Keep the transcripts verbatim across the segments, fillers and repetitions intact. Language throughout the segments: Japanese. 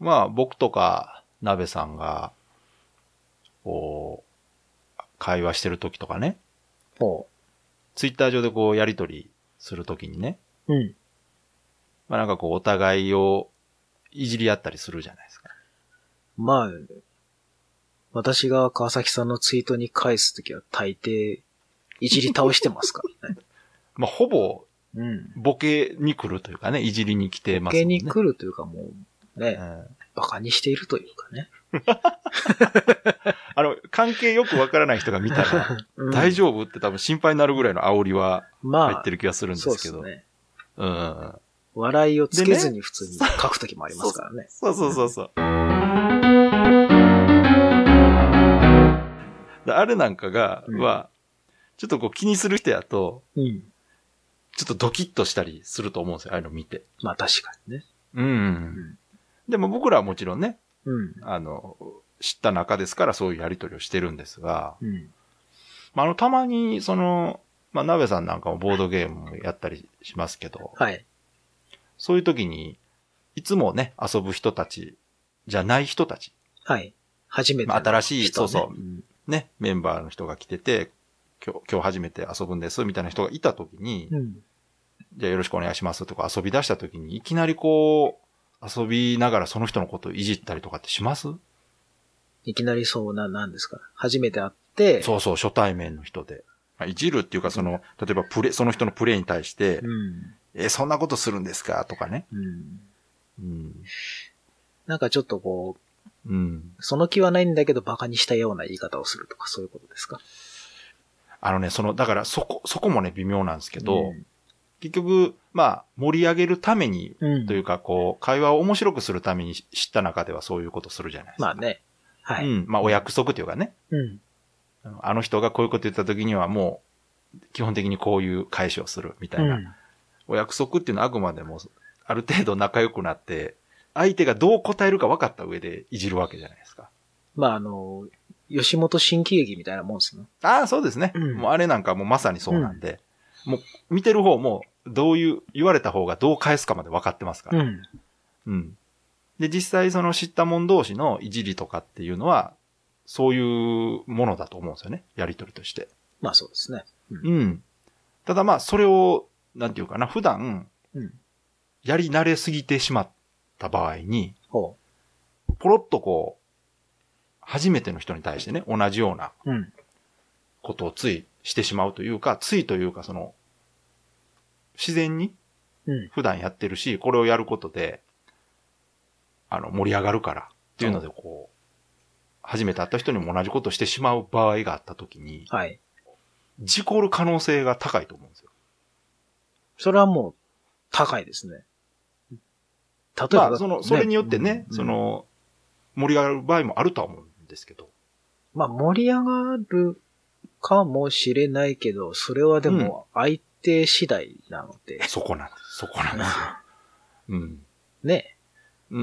まあ僕とか鍋さんが、こう、会話してる時とかね。 ほう。 ツイッター上でこうやりとりする時にね。 うん。 まあなんかこうお互いをいじり合ったりするじゃないですか。 まあ、私が川崎さんのツイートに返すときは大抵、いじり倒してますからね。 まあほぼ、 うん。 ボケに来るというかね、いじりに来てますもんね。 ボケに来るというかもう、ね、 うん、 バカにしているというかね。 あの、関係よくわからない人が見たら、うん、大丈夫って多分心配になるぐらいの煽りは入ってる気がするんですけど。まあ、そうですね。うん。 笑いをつけずに普通に書くときもありますからね。 そうそうそうそう。あれなんかが、うん、は、ちょっとこう気にする人やと、うん、ちょっとドキッとしたりすると思うんですよ、ああいうの見て。 まあ確かにね。 うん。うん、でも僕らはもちろんね、 うん、 あの、知った中ですからそういうやりとりをしてるんですが、 うん、 まあ、あの、たまに、その、まあ、鍋さんなんかもボードゲームもやったりしますけど、 はい。 そういう時に、いつもね、遊ぶ人たちじゃない人たち。 はい。初めての人、ね。 まあ、新しい、そうそう、うん、ね、メンバーの人が来てて、今日、今日初めて遊ぶんです、みたいな人がいた時に、うん、じゃあよろしくお願いしますとか遊び出した時に、いきなりこう、遊びながらその人のことをいじったりとかってします？ いきなりそうな、なんですか。初めて会って。 そうそう、初対面の人で。まあ、いじるっていうか、その、例えばプレ、その人のプレイに対して、うん、え、そんなことするんですかとかね。うんうん、なんかちょっとこう、うん、 その気はないんだけどバカにしたような言い方をするとか、そういうことですか？ あのね、その、だからそこ、そこもね、微妙なんですけど、うん、結局、まあ、盛り上げるために、うん、というか、こう、会話を面白くするために知った中ではそういうことするじゃないですか。 まあね。はい。 うん。まあ、お約束というかね。うん。あの人がこういうこと言った時にはもう、基本的にこういう返しをするみたいな。うん、お約束っていうのはあくまでも、ある程度仲良くなって、相手がどう答えるか分かった上でいじるわけじゃないですか。 まあ、あの、吉本新喜劇みたいなもんですね。 ああ、そうですね。うん、もうあれなんかもうまさにそうなんで、うん、もう見てる方もどういう、言われた方がどう返すかまで分かってますから。うん。うん。で、実際その知った者同士のいじりとかっていうのは、そういうものだと思うんですよね。やりとりとして。 まあそうですね。 うん。うん、ただまあ、それを、なんていうかな、普段、うん、やり慣れすぎてしまった場合に、ほうポロッとこう、初めての人に対してね、同じようなことをついしてしまうというか、ついというかその、自然に、普段やってるし、これをやることで、あの、盛り上がるからっていうのでこう、初めて会った人にも同じことをしてしまう場合があったときに、はい。事故る可能性が高いと思うんですよ。 それはもう、高いですね。 例えば、まあ、その、それによってね、うん、その、盛り上がる場合もあるとは思うんですけど。 まあ、盛り上がるかもしれないけど、それはでも、相手次第なので。 うん、そこなんです。そこなんですよ。うん。 ね。 うん。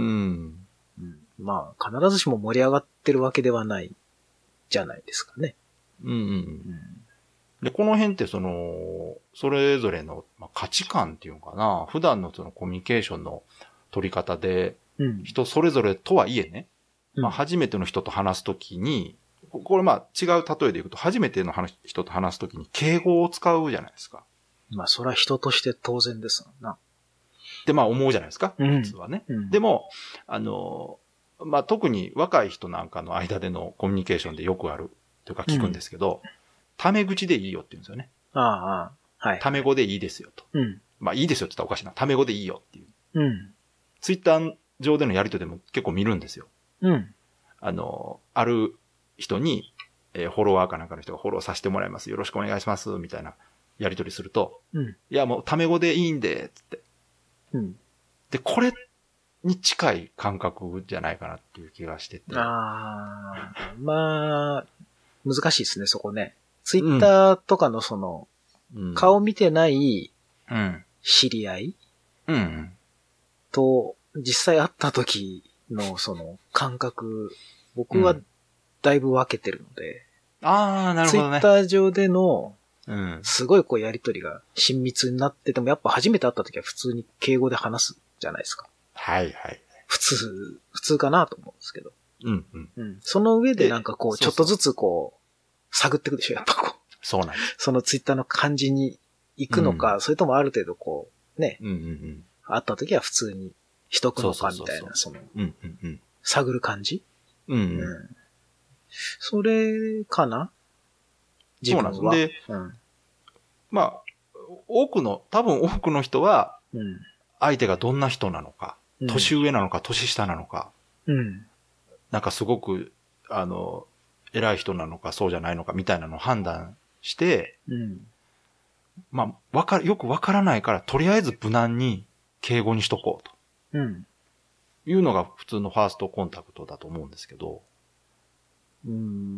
うん、まあ、必ずしも盛り上がってるわけではない、じゃないですかね。 うんうん。うん、で、この辺ってその、それぞれの価値観っていうのかな、普段のそのコミュニケーションの取り方で、人それぞれとはいえね、うん、まあ、初めての人と話すときに、これまあ違う例えでいくと、初めての人と話すときに敬語を使うじゃないですか。 まあ、それは人として当然ですもんな。 ってまあ思うじゃないですか、普通はね。うんうん、でも、あの、まあ特に若い人なんかの間でのコミュニケーションでよくあるというか聞くんですけど、うん、タメ口でいいよって言うんですよね。 ああ、はい。 タメ語でいいですよと。うん、まあいいですよって言ったらおかしいな。タメ語でいいよっていう。 うん、 ツイッター上でのやりとりでも結構見るんですよ。 うん、 あの、ある人に、えー、フォロワーかなんかの人がフォローさせてもらいます。よろしくお願いします。みたいなやりとりすると、うん、いやもうタメ語でいいんで、つって。うん、で、これに近い感覚じゃないかなっていう気がしてて。 ああ、まあ、難しいですね、そこね。ツイッターとかのその、うん、顔見てない知り合い、うんうん、と実際会った時のその感覚、僕はだいぶ分けてるので、 うん、ああ、なるほどね。 ツイッター上での、すごいこうやりとりが親密になってても、やっぱ初めて会った時は普通に敬語で話すじゃないですか。 はいはい。 普通、普通かなと思うんですけど。 うんうん。 うん。その上でなんかこう、ちょっとずつこう、探っていくでしょ、やっぱこう。 そうなんです。 そのツイッターの感じに行くのか、うん、それともある程度こう、ね。 うんうんうん。 会った時は普通にしとくのかみたいな、その、 うんうんうん。 探る感じ。 うんうん。 うん、それかな自分は。 そうなんです。で、うん、まあ、多くの、多分多くの人は、相手がどんな人なのか、うん、年上なのか年下なのか、うん、なんかすごく、あの、偉い人なのかそうじゃないのかみたいなのを判断して、うん、まあ、わかる、よくわからないから、とりあえず無難に敬語にしとこうと。うん。いうのが普通のファーストコンタクトだと思うんですけど。 うん、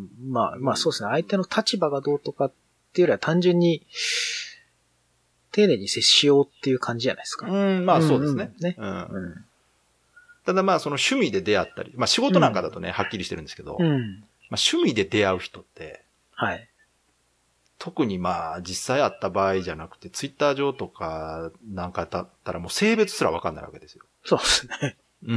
まあ、まあそうですね。相手の立場がどうとかっていうよりは単純に、丁寧に接しようっていう感じじゃないですか。 うん、まあそうですね。 うん、ね、 うん。うん。ただまあその趣味で出会ったり、まあ仕事なんかだとね、うん、はっきりしてるんですけど、うん、まあ趣味で出会う人って、はい。特にまあ実際会った場合じゃなくて、ツイッター上とかなんかだったらもう性別すらわかんないわけですよ。 そうですね。うん。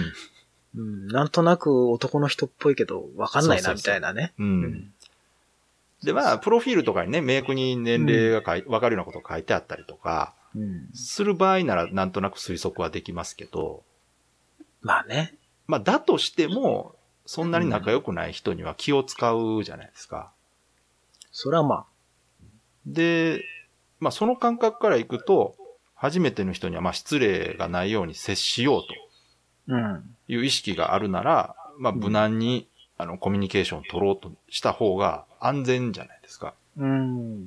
うん、なんとなく男の人っぽいけどわかんないなみたいなね。そうそうそう、うん。うん、 でまあプロフィールとかにね、明確に年齢が書い、わかるようなことが書いてあったりとか、うん、する場合ならなんとなく推測はできますけど。 まあね。 まあだとしても、そんなに仲良くない人には気を使うじゃないですか。 うん、それはまあ。 で、まあその感覚からいくと、初めての人にはまあ失礼がないように接しようという意識があるなら、まあ無難にあのコミュニケーションを取ろうとした方が安全じゃないですか。 うん。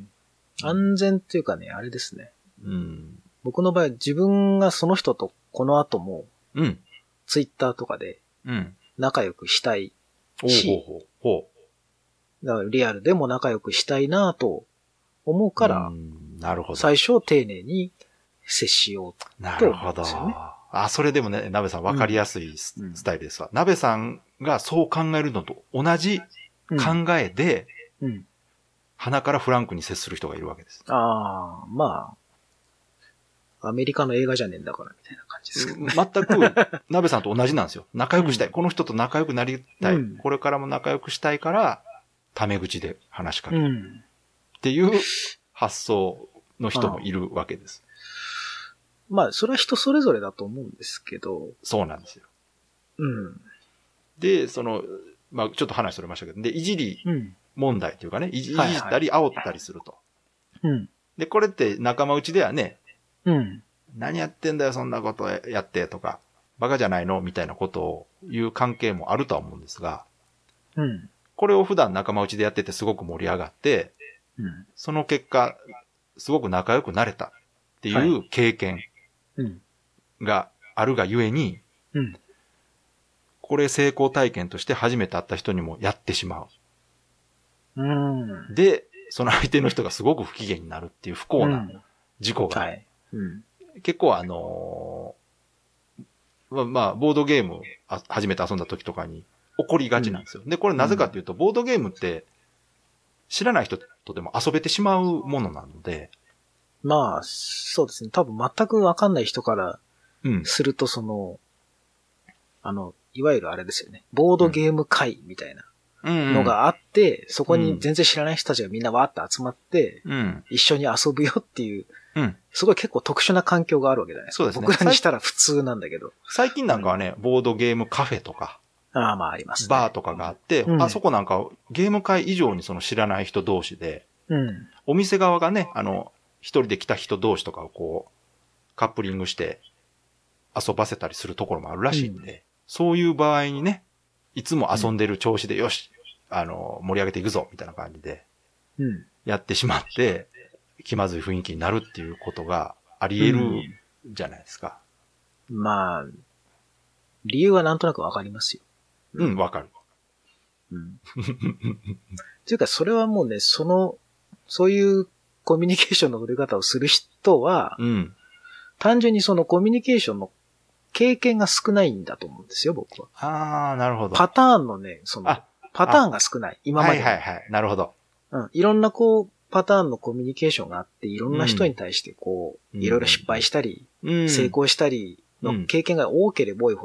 安全っていうかね、あれですね。うん。僕の場合は自分がその人とこの後も、うん。ツイッターとかで、うん。仲良くしたいし、ほうほうほう。だからリアルでも仲良くしたいなと思うから、なるほど。最初丁寧に接しようと思うんですよね。なるほど。 あ、それでもね、鍋さん分かりやすいスタイルですわ。うん、鍋さんがそう考えるのと同じ考えで、うんうん、鼻からフランクに接する人がいるわけです。 ああ、まあ、アメリカの映画じゃねえんだからみたいな感じですけど、ね。 全く、鍋さんと同じなんですよ。仲良くしたい。うん、この人と仲良くなりたい、うん。これからも仲良くしたいから、タメ口で話しかける。うん、っていう発想の人もいるわけです。 まあ、それは人それぞれだと思うんですけど。 そうなんですよ。うん。で、その、まあ、ちょっと話それましたけど、で、いじり問題というかね、いじったり煽ったりすると。うん。で、これって仲間内ではね、うん。何やってんだよ、そんなことやってとか、バカじゃないのみたいなことを言う関係もあるとは思うんですが、うん。これを普段仲間内でやっててすごく盛り上がって、うん。その結果、すごく仲良くなれたっていう経験。はいがあるがゆえに、うん、これ成功体験として初めて会った人にもやってしまう。うん、で、その相手の人がすごく不機嫌になるっていう不幸な事故が、うんはいうん、結構あのー、まあ、まあ、ボードゲームを初めて遊んだ時とかに起こりがちなんですよ。うん、で、これなぜかっていうと、ボードゲームって知らない人とでも遊べてしまうものなので、 まあ、そうですね。多分全くわかんない人からすると、その、うん、あの、いわゆるあれですよね。ボードゲーム会みたいなのがあって、うんうん、そこに全然知らない人たちがみんなわーって集まって、うん、一緒に遊ぶよっていう、うん、すごい結構特殊な環境があるわけじゃないですか。そうですね。僕らにしたら普通なんだけど。 最近なんかはね、うん、ボードゲームカフェとか、 ああ、まあありますね。 バーとかがあって、うん、あそこなんかゲーム会以上にその知らない人同士で、うん、お店側がね、あの、一人で来た人同士とかをこう、カップリングして遊ばせたりするところもあるらしいんで、うん、そういう場合にね、いつも遊んでる調子で、よし、あの、盛り上げていくぞ、みたいな感じで、やってしまって、気まずい雰囲気になるっていうことがあり得るじゃないですか。 うん、まあ、理由はなんとなくわかりますよ。 うん、わかる。 うん。っていうか、それはもうね、その、そういうコミュニケーションの取り方をする人は、うん、単純にそのコミュニケーションの経験が少ないんだと思うんですよ、僕は。 ああ、なるほど。 パターンのね、その、パターンが少ない。今まで。 はいはいはい。なるほど。 うん。いろんなこう、パターンのコミュニケーションがあって、いろんな人に対してこう、うん、いろいろ失敗したり、うん、成功したりの経験が多ければ多いほど、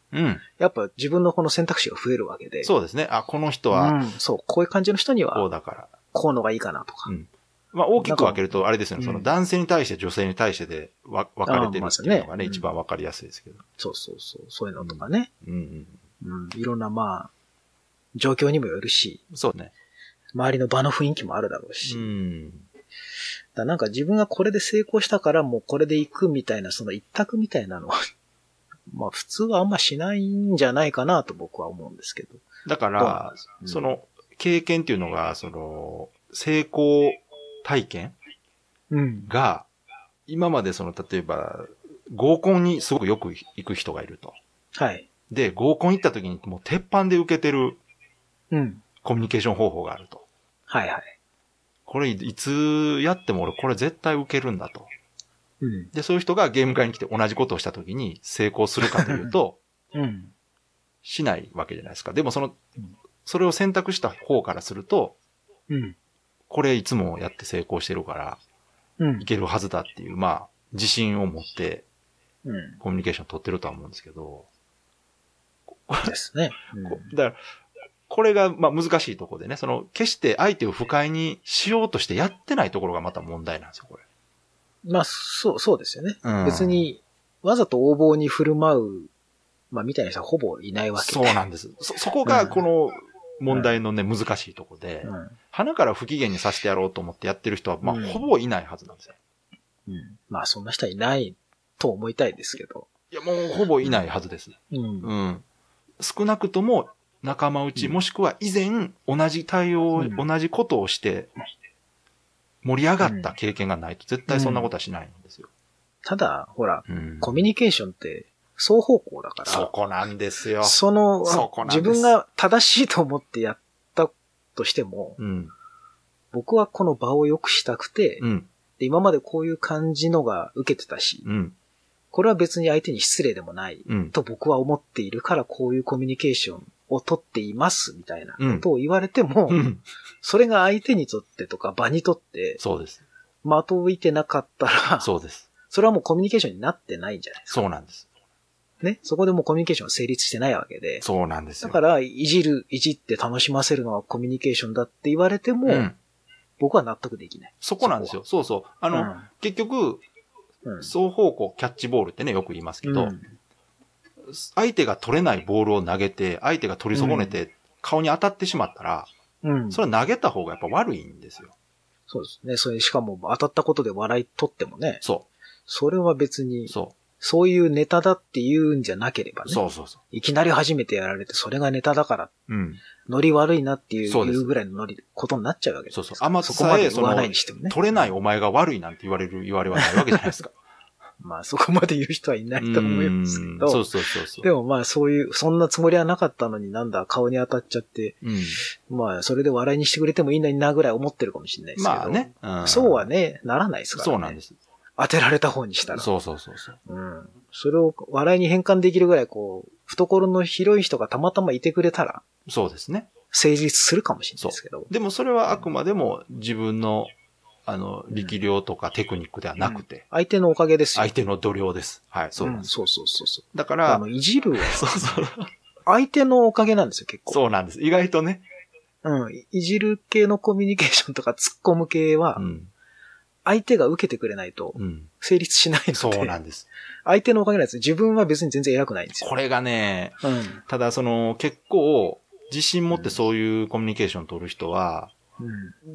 うん。 やっぱ自分のこの選択肢が増えるわけで。 そうですね。あ、この人は、 うん、そう、こういう感じの人には、 こうだから。 こうのがいいかなとか。 うん。まあ大きく分けると、あれですよね、その男性に対して女性に対してで分かれてるっていうのがね、一番分かりやすいですけど。 そうそうそう、そういうのとかね。 うん。 うん。いろんなまあ、状況にもよるし。 そうね。 周りの場の雰囲気もあるだろうし。 うん。 だなんか自分がこれで成功したからもうこれで行くみたいな、その一択みたいなのは、まあ普通はあんましないんじゃないかなと僕は思うんですけど。 だから、うん、その経験っていうのが、その、成功体験が、今までその、例えば、合コンにすごくよく行く人がいると。 はい。 で、合コン行った時にもう鉄板で受けてる、 うん。 コミュニケーション方法があると。 はいはい。 これいつやっても俺これ絶対受けるんだと。 うん。 で、そういう人がゲーム会に来て同じことをした時に成功するかというと、 うん。 しないわけじゃないですか。でもその、それを選択した方からすると、 うん。 これいつもやって成功してるから、うん。いけるはずだっていう、まあ、自信を持って、うん。コミュニケーション取ってるとは思うんですけど。 ですね。 うん、だから、これが、まあ難しいところでね、その、決して相手を不快にしようとしてやってないところがまた問題なんですよ、これ。 まあ、そう、そうですよね。うん、別に、わざと横暴に振る舞う、まあみたいな人はほぼいないわけで。 そうなんです。そ、そこがこの問題のね、うん、難しいところで、うん、鼻から不機嫌にさせてやろうと思ってやってる人は、まあ、うん、ほぼいないはずなんですよ。 うん。まあそんな人はいないと思いたいですけど。 いや、もうほぼいないはずです。うん。うん。少なくとも、仲間内、うん、もしくは以前同じ対応、うん、同じことをして盛り上がった経験がないと絶対そんなことはしないんですよ。うん、 ただ、ほら、うん、コミュニケーションって双方向だから。 そこなんですよ。 その、そこなんです。自分が正しいと思ってやったとしても、うん、僕はこの場を良くしたくて、うん、で、今までこういう感じのが受けてたし、うん、これは別に相手に失礼でもないと僕は思っているからこういうコミュニケーションを取っていますみたいなことを言われても、うん、それが相手にとってとか場にとって、 そうです。 的をいてなかったら、 そうです。 それはもうコミュニケーションになってないんじゃないですか。 そうなんです。 ね。そこでもうコミュニケーションは成立してないわけで。 そうなんですよ。 だから、いじる、いじって楽しませるのはコミュニケーションだって言われても、うん、僕は納得できない。 そこなんですよ。そうそう。あの、うん、結局、うん、双方向キャッチボールってね、よく言いますけど、うん、相手が取れないボールを投げて、相手が取り損ねて、顔に当たってしまったら、うん、それは投げた方がやっぱ悪いんですよ。 そうですね。それしかも当たったことで笑い取ってもね。 そう。 それは別に、そう。そういうネタだって言うんじゃなければね。 そうそうそう。 いきなり初めてやられて、それがネタだから、うん。ノリ悪いなっていう、いうぐらいのノリ、ことになっちゃうわけです。 そうそう。あんまそこまで言わないにしてもね。取れないお前が悪いなんて言われる、言われはないわけじゃないですか。 まあそこまで言う人はいないと思いますけど。 そうそうそうそう。 でもまあそういう、そんなつもりはなかったのになんだ、顔に当たっちゃって、うん、まあそれで笑いにしてくれてもいいのになぐらい思ってるかもしれないですけど。まあね。うん、そうはね、ならないですからね。 そうなんです。 当てられた方にしたら。 そうそうそうそう。 うん。それを笑いに変換できるぐらいこう、懐の広い人がたまたまいてくれたら。 そうですね。 成立するかもしれないですけど。 でもそれはあくまでも自分の、あの、力量とかテクニックではなくて。うん、 相手のおかげですよ。 相手の度量です。はい、そうなんです。 うん、そうそうそうそう。 だから、 あの、いじるは。 そうそう。 相手のおかげなんですよ、結構。 そうなんです。意外とね。 うん。いじる系のコミュニケーションとか突っ込む系は、うん、相手が受けてくれないと、成立しないので、うん、 そうなんです。 相手のおかげなんです。自分は別に全然偉くないんですよ。 これがね、うん、ただその、結構、自信持ってそういうコミュニケーションを取る人は、うん、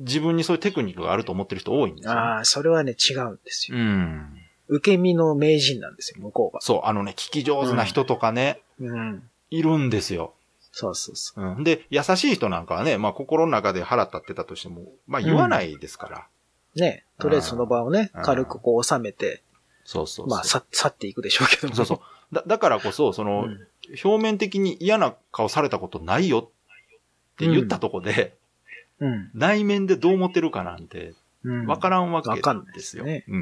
自分にそういうテクニックがあると思ってる人多いんですよ、ね。 ああ、それはね、違うんですよ。うん。受け身の名人なんですよ、向こうが。 そう、あのね、聞き上手な人とかね、うん、いるんですよ。 そうそうそう、 うん。で、優しい人なんかはね、まあ心の中で腹立ってたとしても、まあ言わないですから。 うん、ね、とりあえずその場をね、軽くこう収めて、 そうそうそう。 まあ、去っていくでしょうけども。 そうそう。だ、だからこそ、その、うん、表面的に嫌な顔されたことないよって言ったとこで、うん、内面でどう思ってるかなんて、わからんわけですよ。ね、うん。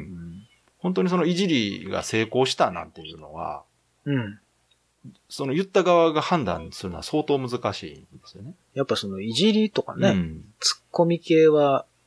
本当にそのいじりが成功したなんていうのは、うん、その言った側が判断するのは相当難しいんですよね。 やっぱそのいじりとかね、うん、ツッコミ系は、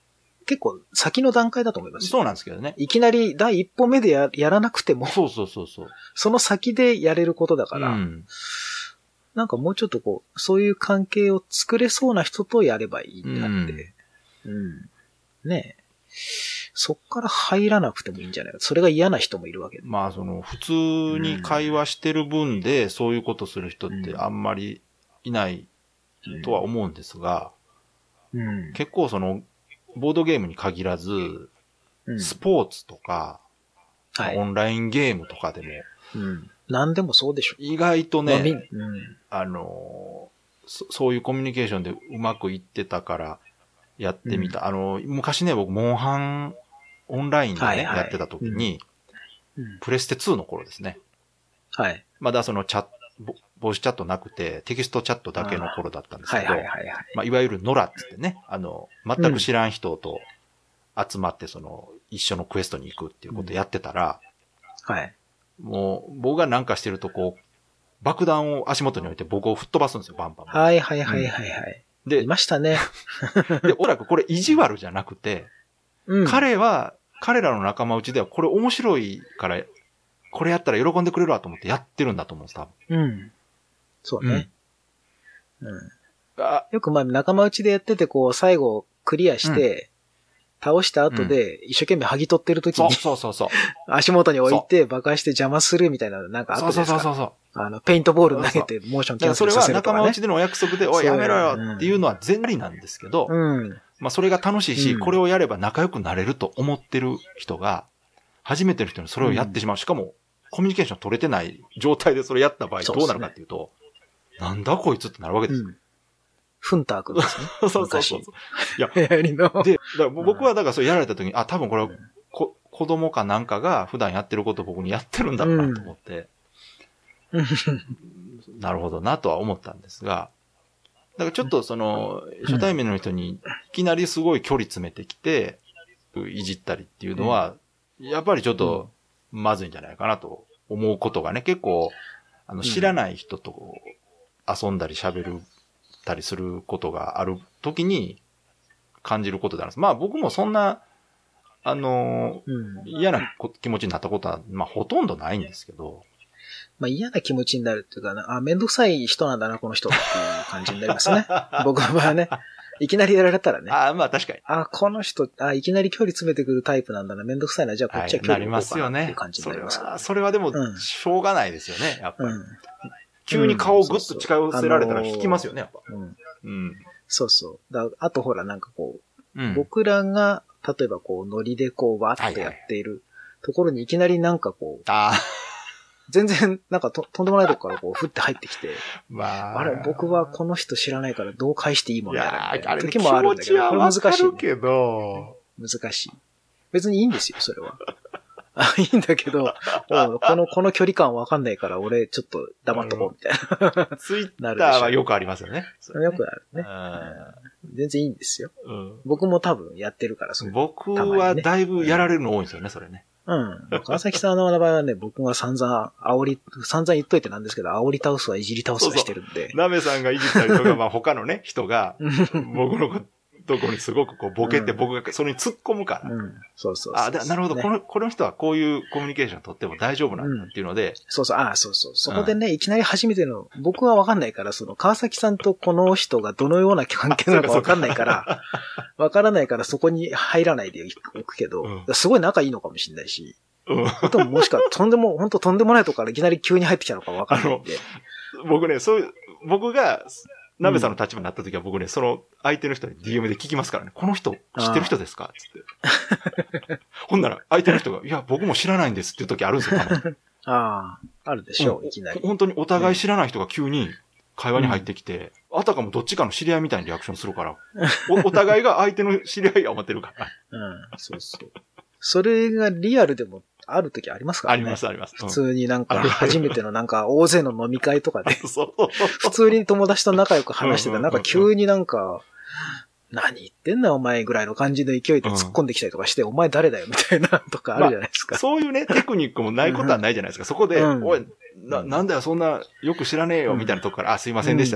結構先の段階だと思いますよ。 そうなんですけどね。 いきなり第一歩目で や, やらなくても。 そうそうそうそう。 その先でやれることだから、 うん、 なんかもうちょっとこう、そういう関係を作れそうな人とやればいいんだって。うん。うん、ねえ。そっから入らなくてもいいんじゃないか。それが嫌な人もいるわけで。 まあその、普通に会話してる分で、そういうことする人ってあんまりいないとは思うんですが、うん、結構その、ボードゲームに限らず、うん、スポーツとか、はい、オンラインゲームとかでも、 うん、何でもそうでしょ。 意外とね、 うん、 あのそ、そういうコミュニケーションでうまくいってたからやってみた。うん、あの、昔ね、僕、モンハンオンラインでね、はいはい、やってた時に、うん、プレステツーの頃ですね。 はい。 まだそのチャット、ボイスチャットなくて、テキストチャットだけの頃だったんですけど、 はいはいはいはい。 まあ、いわゆるノラって言ってね、あの、全く知らん人と集まって、その、一緒のクエストに行くっていうことをやってたら、 うん、はい。 もう、僕がなんかしてると、こう、爆弾を足元に置いて僕を吹っ飛ばすんですよ、バンバン。 はいはいはいはいはい。うん、で、いましたね。 で、おそらくこれ意地悪じゃなくて、うん、彼は、彼らの仲間内ではこれ面白いから、これやったら喜んでくれるわと思ってやってるんだと思うんです、多分。 うん。そうね。うん。うん、よくまあ仲間内でやってて、こう、最後クリアして、うん、倒した後で一生懸命剥ぎ取ってる時に、 そうそうそうそう。 足元に置いて爆破して邪魔するみたいな、なんかあったじゃないですか。 そうそうそうそう。 あの、ペイントボール投げてモーションキャンセルさせるとか、ね。 それは仲間内でのお約束で、おい、やめろよっていうのは全理なんですけど、うん、まあそれが楽しいし、うん、これをやれば仲良くなれると思ってる人が、初めての人にそれをやってしまう。うん、しかも、コミュニケーション取れてない状態でそれやった場合どうなるかっていうと、うね、なんだこいつってなるわけですよ。うん、 フンター君ですね。 そうそうそう。いや、で、だから僕はだからそれやられた時に、あ、多分これはこ子供かなんかが普段やってることを僕にやってるんだろうなと思って、うん、なるほどなとは思ったんですが、だからちょっとその、初対面の人にいきなりすごい距離詰めてきて、いじったりっていうのは、やっぱりちょっとまずいんじゃないかなと思うことがね、結構、あの、知らない人と遊んだり喋るたりすることがある時に感じることであるんです。まあ僕もそんな、あの、うん、嫌な気持ちになったことは、まあほとんどないんですけど。 まあ嫌な気持ちになるっていうかな、あ、めんどくさい人なんだな、この人っていう感じになりますね。僕の場合はね。いきなりやられたらね。 ああ、まあ確かに。 あ、この人、あ、いきなり距離詰めてくるタイプなんだな、めんどくさいな、じゃあこっちは距離を置こうかなっていう感じになりますから、ね。 それはでも、しょうがないですよね、やっぱり。うん、急に顔をグッと近寄せられたら引きますよね、やっぱ。うん。うん、 そうそう。だあとほら、なんかこう、うん、僕らが、例えばこう、ノリでこう、わーっとやっているところにいきなりなんかこう、 あ全然、なんかと、とんでもないとこからこう、ふって入ってきて、まあ、あれ、僕はこの人知らないからどう返していいもんだろうみたいな時もあるんだけど、これ難しい、ね。 気持ちはわかるけど、 難しい。別にいいんですよ、それは。あ、いいんだけど、この、この距離感わかんないから俺ちょっと黙っとこうみたいな。 ツイッターはよくありますよね。 よくあるね。うん、全然いいんですよ。うん、僕も多分やってるから、それ僕はだいぶやられるの多いんですよね、それね。 うん。川崎さんの場合はね、僕が散々煽り、散々言っといてなんですけど、煽り倒すはいじり倒すはしてるんで。 なべさんがいじったりとか、まあ他のね、人が、僕のところにすごくこうボケて、僕がそれに突っ込むから。 うん。そうそうそう。 あ、なるほど、ね、この、この人はこういうコミュニケーション取っても大丈夫なんだっていうので。うん、 そうそう、ああ、そうそう。そこでね、うん、いきなり初めての、僕はわかんないから、その川崎さんとこの人がどのような関係なのかわかんないから、わからないからそこに入らないでおくけど、うん、すごい仲いいのかもしれないし。うん。もしか、とんでも、本当とんでもないとこからいきなり急に入ってきたのかわかんないんで。 僕ね、そういう、僕が、なべさんの立場になった時は僕ね、その相手の人に ディーエム で聞きますからね。この人知ってる人ですかつって。ほんなら相手の人が、いや、僕も知らないんですっていう時あるんですよ、多分。 ああ、あるでしょう、うん、いきなり。 本当にお互い知らない人が急に会話に入ってきて、うん、あたかもどっちかの知り合いみたいにリアクションするから、お, お互いが相手の知り合いが思ってるから。 うん、そうそう。それがリアルでもある時ありますからね。 ありますあります。 普通になんか初めてのなんか大勢の飲み会とかで普通に友達と仲良く話してたらなんか急になんか何言ってんだお前ぐらいの感じの勢いで突っ込んできたりとかして、うん、お前誰だよみたいなとかあるじゃないですか。 まあ、そういうねテクニックもないことはないじゃないですか。そこで、うん、おいな、なんだよそんなよく知らねえよみたいなとこから、うん、あすいませんでした、うん、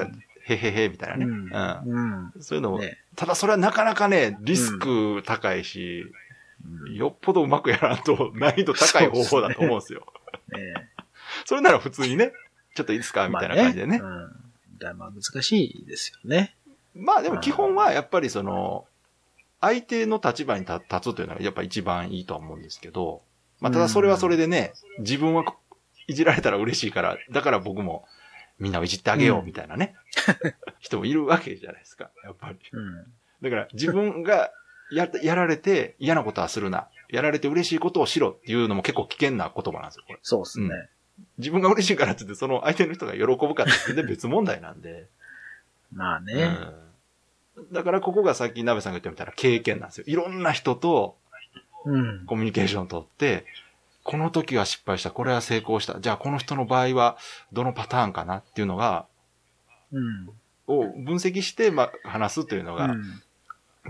へへへみたいなね。うん。 うんそういうのも、ね、ただそれはなかなかね、リスク高いし、うん、よっぽどうまくやらんと難易度高い方法だと思うんですよ。そ, ねね、それなら普通にね、ちょっといいですかみたいな感じでね。 まあね、うん、だまあ難しいですよね。 まあでも基本はやっぱりその、相手の立場に立つというのがやっぱ一番いいとは思うんですけど、まあただそれはそれでね、自分はいじられたら嬉しいから、だから僕もみんなをいじってあげようみたいなね、うん、人もいるわけじゃないですか、やっぱり。うん、だから自分がや、やられて嫌なことはするな、やられて嬉しいことをしろっていうのも結構危険な言葉なんですよ、これ。 そうですね、うん。 自分が嬉しいからって言ってその相手の人が喜ぶかって全然別問題なんで。 まあね。 うん、だからここがさっき鍋さんが言ってみたら経験なんですよ。いろんな人とコミュニケーションを取って、うん、この時は失敗した、これは成功した。じゃあこの人の場合はどのパターンかなっていうのが、うん、を分析してまあ話すというのが、うん、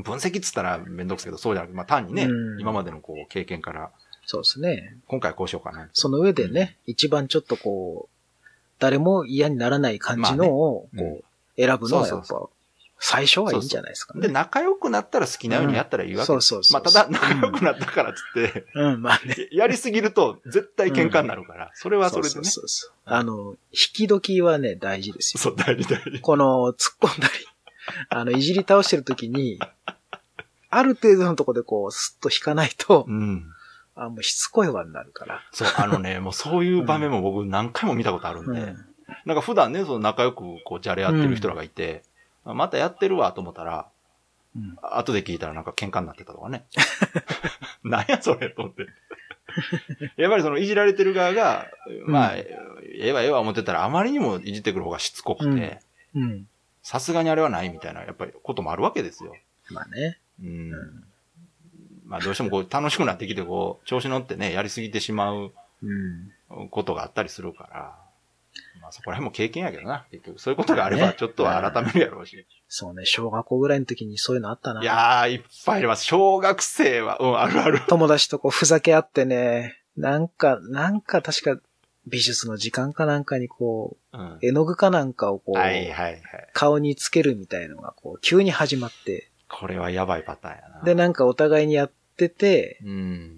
分析っつったらめんどくさいけどそうじゃなくて、まあ単にね、うん、今までのこう経験から、 そうですね。 今回こうしようかな。 その上でね、うん、一番ちょっとこう誰も嫌にならない感じのをこう、まあね、うん、選ぶのはやっぱ。そうそうそう最初はいいんじゃないですかね。 で、仲良くなったら好きなようにやったらいいわけです。うん、そうそうそう。まあ、ただ、仲良くなったからっつって、うん、まあね。やりすぎると、絶対喧嘩になるから、うん、それはそれでね。そうそうそう。 あの、引き時はね、大事ですよ。 そう、大事大事。 この、突っ込んだり、あの、いじり倒してる時に、ある程度のところでこう、スッと引かないと、うん。あ、もうしつこいわになるから。 そう、あのね、もうそういう場面も僕何回も見たことあるんで、うん、なんか普段ね、その仲良くこう、じゃれ合ってる人らがいて、うん、またやってるわと思ったら、うん、後で聞いたらなんか喧嘩になってたとかね。何やそれと思って。やっぱりそのいじられてる側が、まあ、うん、ええわええわ思ってたらあまりにもいじってくる方がしつこくて、さすがにあれはないみたいな、やっぱりこともあるわけですよ。 まあね。 うん。うん、まあどうしてもこう楽しくなってきてこう、調子乗ってね、やりすぎてしまうことがあったりするから、まあそこら辺も経験やけどな、結局。そういうことがあればちょっとは改めるやろうし。ね、 そうね、小学校ぐらいの時にそういうのあったな。 いやー、いっぱいあります。小学生は、うん、あるある。 友達とこうふざけ合ってね、なんか、なんか確か美術の時間かなんかにこう、うん、絵の具かなんかをこう、はいはいはい、顔につけるみたいのがこう、急に始まって。 これはやばいパターンやな。 で、なんかお互いにやってて、うん、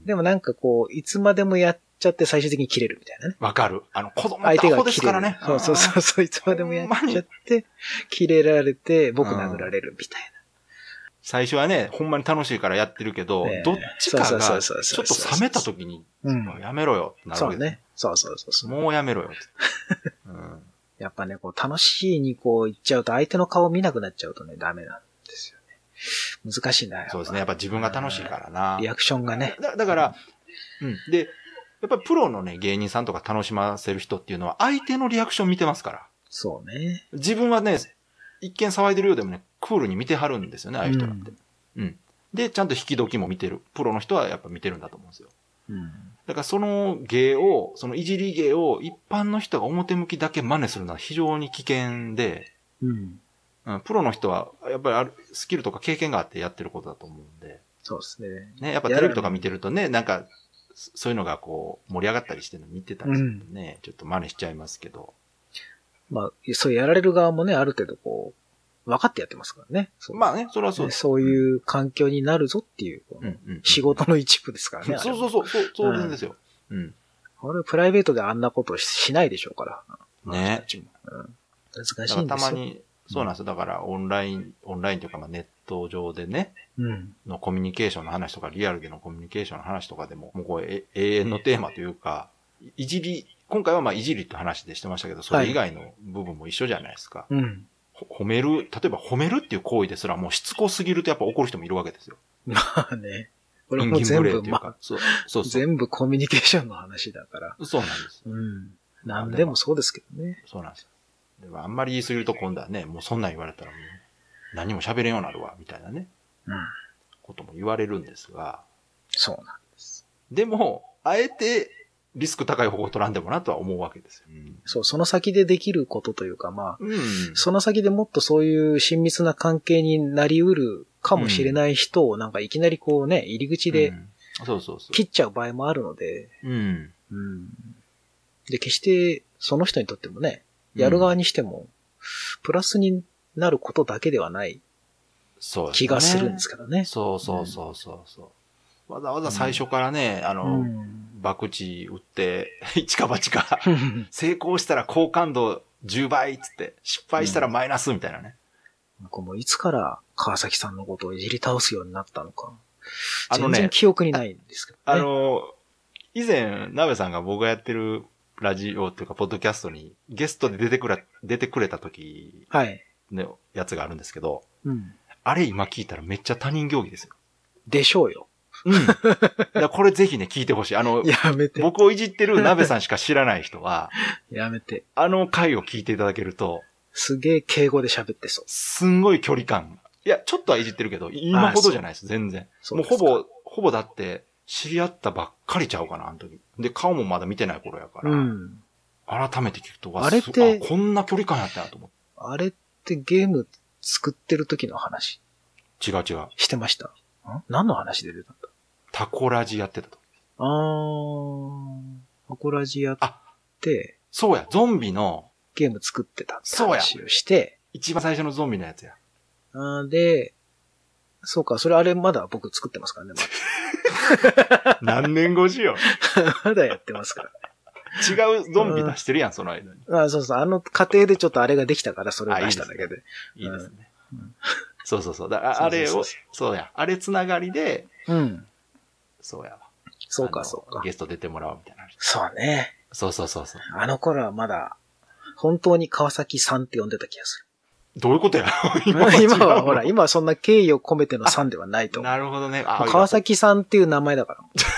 でもなんかこう、いつまでもやっちゃって最終的に切れるみたいなね。 わかる。あの、子供ってアホですからね。 そうそうそうそう、いつまでもやっちゃって、切れられて、僕殴られるみたいな。 最初はね、ほんまに楽しいからやってるけど、ね、どっちかが、ちょっと冷めた時に、やめろよってなるわけです。 そうね。そうそうそうそう。 もうやめろよって。うん、 やっぱね、こう、楽しいにこう言っちゃうと、相手の顔見なくなっちゃうとね、ダメなんですよね。難しいな。 そうですね。やっぱ自分が楽しいからな。 リアクションがね。 だ, だから、うん。で、やっぱりプロのね、芸人さんとか楽しませる人っていうのは、相手のリアクション見てますから。 そうね。 自分はね、一見騒いでるようでもね、クールに見てはるんですよね、ああいう人だって。うん。うん。で、ちゃんと引き時も見てる。プロの人はやっぱ見てるんだと思うんですよ。うん。だからその芸を、そのいじり芸を一般の人が表向きだけ真似するのは非常に危険で、うん。うん、プロの人はやっぱりあるスキルとか経験があってやってることだと思うんで。 そうですね。 ね、やっぱテレビとか見てるとね、なんか、そういうのがこう、盛り上がったりしてるの見てたりするとね、うん、ちょっと真似しちゃいますけど。 まあ、そうやられる側もね、ある程度こう、分かってやってますからね。 まあね、それはそうです。 そういう環境になるぞっていう、うんうんうん、仕事の一部ですからね。 そうそうそう、そう、当然ですよ。うん。 俺、プライベートであんなことしないでしょうから。 ね。 うん、難しいんですよ。 たまに、そうなんですよ。だからオンライン、オンラインというかまあネット上でね、うん、のコミュニケーションの話とか、リアルでのコミュニケーションの話とかでも、もうこう永遠のテーマというか、いじり、今回はまあいじりって話でしてましたけど、それ以外の部分も一緒じゃないですか。はい、うん、褒める、例えば褒めるっていう行為ですらもうしつこすぎるとやっぱ怒る人もいるわけですよ。 まあね。これも全部、まあ、 そうそうそう全部コミュニケーションの話だから。 そうなんです。 うん。何でもそうですけどね。 そうなんですよ。でもあんまり言い過ぎると今度はね、もうそんなん言われたらもう何も喋れんようになるわ、みたいなね。うん。ことも言われるんですが。 そうなんです。 でも、あえてリスク高い方法を取らんでもなとは思うわけですよ。うん、 そう、その先でできることというか、まあ、うん、その先でもっとそういう親密な関係になり得るかもしれない人をなんかいきなりこうね、入り口で切っちゃう場合もあるので、うんうん、で、決してその人にとってもね、やる側にしても、プラスになることだけではない気がするんですけどね。 そうそうそうそうそう、うん。わざわざ最初からね、うん、あの、うん、博打打って、一か八か、成功したら好感度じゅうばいっつって、失敗したらマイナスみたいなね。 うん、もういつから川崎さんのことをいじり倒すようになったのか。あのね、全然記憶にないんですけどね。 あの、以前、鍋さんが僕がやってるラジオっていうか、ポッドキャストにゲストで出てくれ、出てくれた時のやつがあるんですけど、はい、うん、あれ今聞いたらめっちゃ他人行儀ですよ。 でしょうよ。 うん。だからこれぜひね、聞いてほしい。あの、 やめて。 僕をいじってる鍋さんしか知らない人は、 やめて。 あの回を聞いていただけると、 すげえ敬語で喋ってそう。 すんごい距離感。いや、ちょっとはいじってるけど、今ほどじゃないです、全然。もうほぼ、ほぼだって、知り合ったばっかりちゃうかな、あの時。で、顔もまだ見てない頃やから。うん。改めて聞くと、 あれって、 こんな距離感やったなと思って。 あれってゲーム作ってる時の話。 違う違う。 してました。ん何の話で出たんだ？ タコラジやってたと。 あー。タコラジやって、 そうや、ゾンビのゲーム作ってたって話をして、 一番最初のゾンビのやつや。 あで、そうか、それあれまだ僕作ってますからね。 ま、何年越しよ。 まだやってますからね。違うゾンビ出してるやん、その間に。 あそうそう、あの過程でちょっとあれができたからそれを出しただけで。 いいですね。いいですね。うん、そうそうそう。だからあれを、そうや、あれつながりで、うん。そうやわ。 そうか、そうか。 ゲスト出てもらおうみたいな。 そうね。 そうそうそうそう。 あの頃はまだ、本当に川崎さんって呼んでた気がする。 どういうことや今は今はほら、今はそんな敬意を込めてのさんではないと。 なるほどね。 川崎さんっていう名前だから。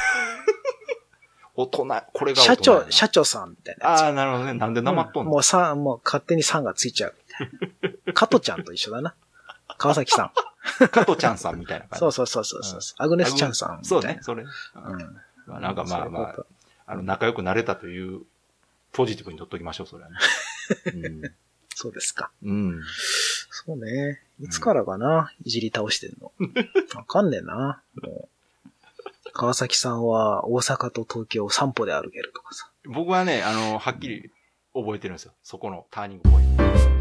大人、これが大人。社長、社長さんみたいなやつ。 ああ、なるほどね。なんでなまっとんの、 うん、もうさん、もう勝手にさんがついちゃうみたいな。加トちゃんと一緒だな。川崎さん。加トちゃんさんみたいな感じ。 そうそうそうそうそう、うん。アグネスちゃんさんみたいな。 そうね、それ。うん。まあ、なんかまあまあ、あの、仲良くなれたという、ポジティブに取っときましょう、それはね。 うん、そうですか。 うん。 そうね。いつからかな、うん、いじり倒してんの。わかんねえな。もう川崎さんは大阪と東京を散歩で歩けるとかさ。 僕はね、あの、はっきり覚えてるんですよ。そこのターニングポイント。